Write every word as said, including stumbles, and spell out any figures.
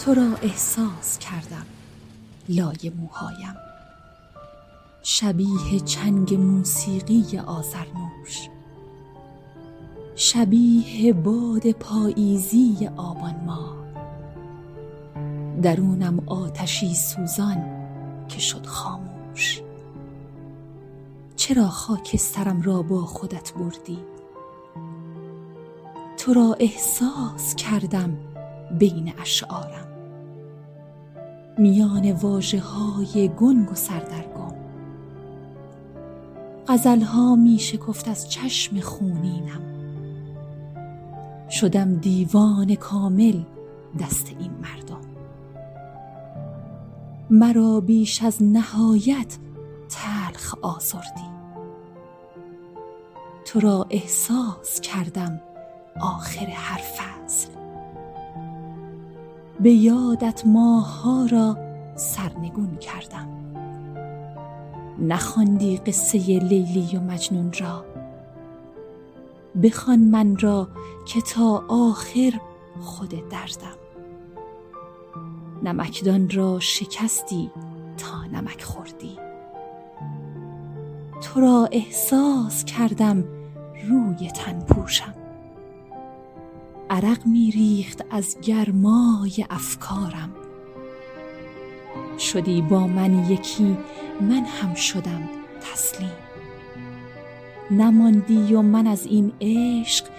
تو را احساس کردم لای موهایم، شبیه چنگ موسیقی آذرنوش، شبیه باد پاییزی آبان ماه. درونم آتشی سوزان که شد خاموش. چرا خاکسترم را با خودت بردی؟ تو را احساس کردم بین اشعارم، میان واژه‌های گنگ و سردرگم. غزل‌ها می شکفت از چشم خونینم، شدم دیوان کامل دست این مردم. مرا بیش از نهایت تلخ آزردی. تو را احساس کردم آخر هر فصل، به یادت ماه‌ها را سرنگون کردم. نخواندی قصه لیلی و مجنون را، بخوان من را که تا آخر خود دردم. نمکدان را شکستی تا نمک خوردی. تو را احساس کردم روی تن پوشم، عرق می ریخت از گرمای افکارم. شدی با من یکی، من هم شدم تسلیم. نماندی و من از این عشق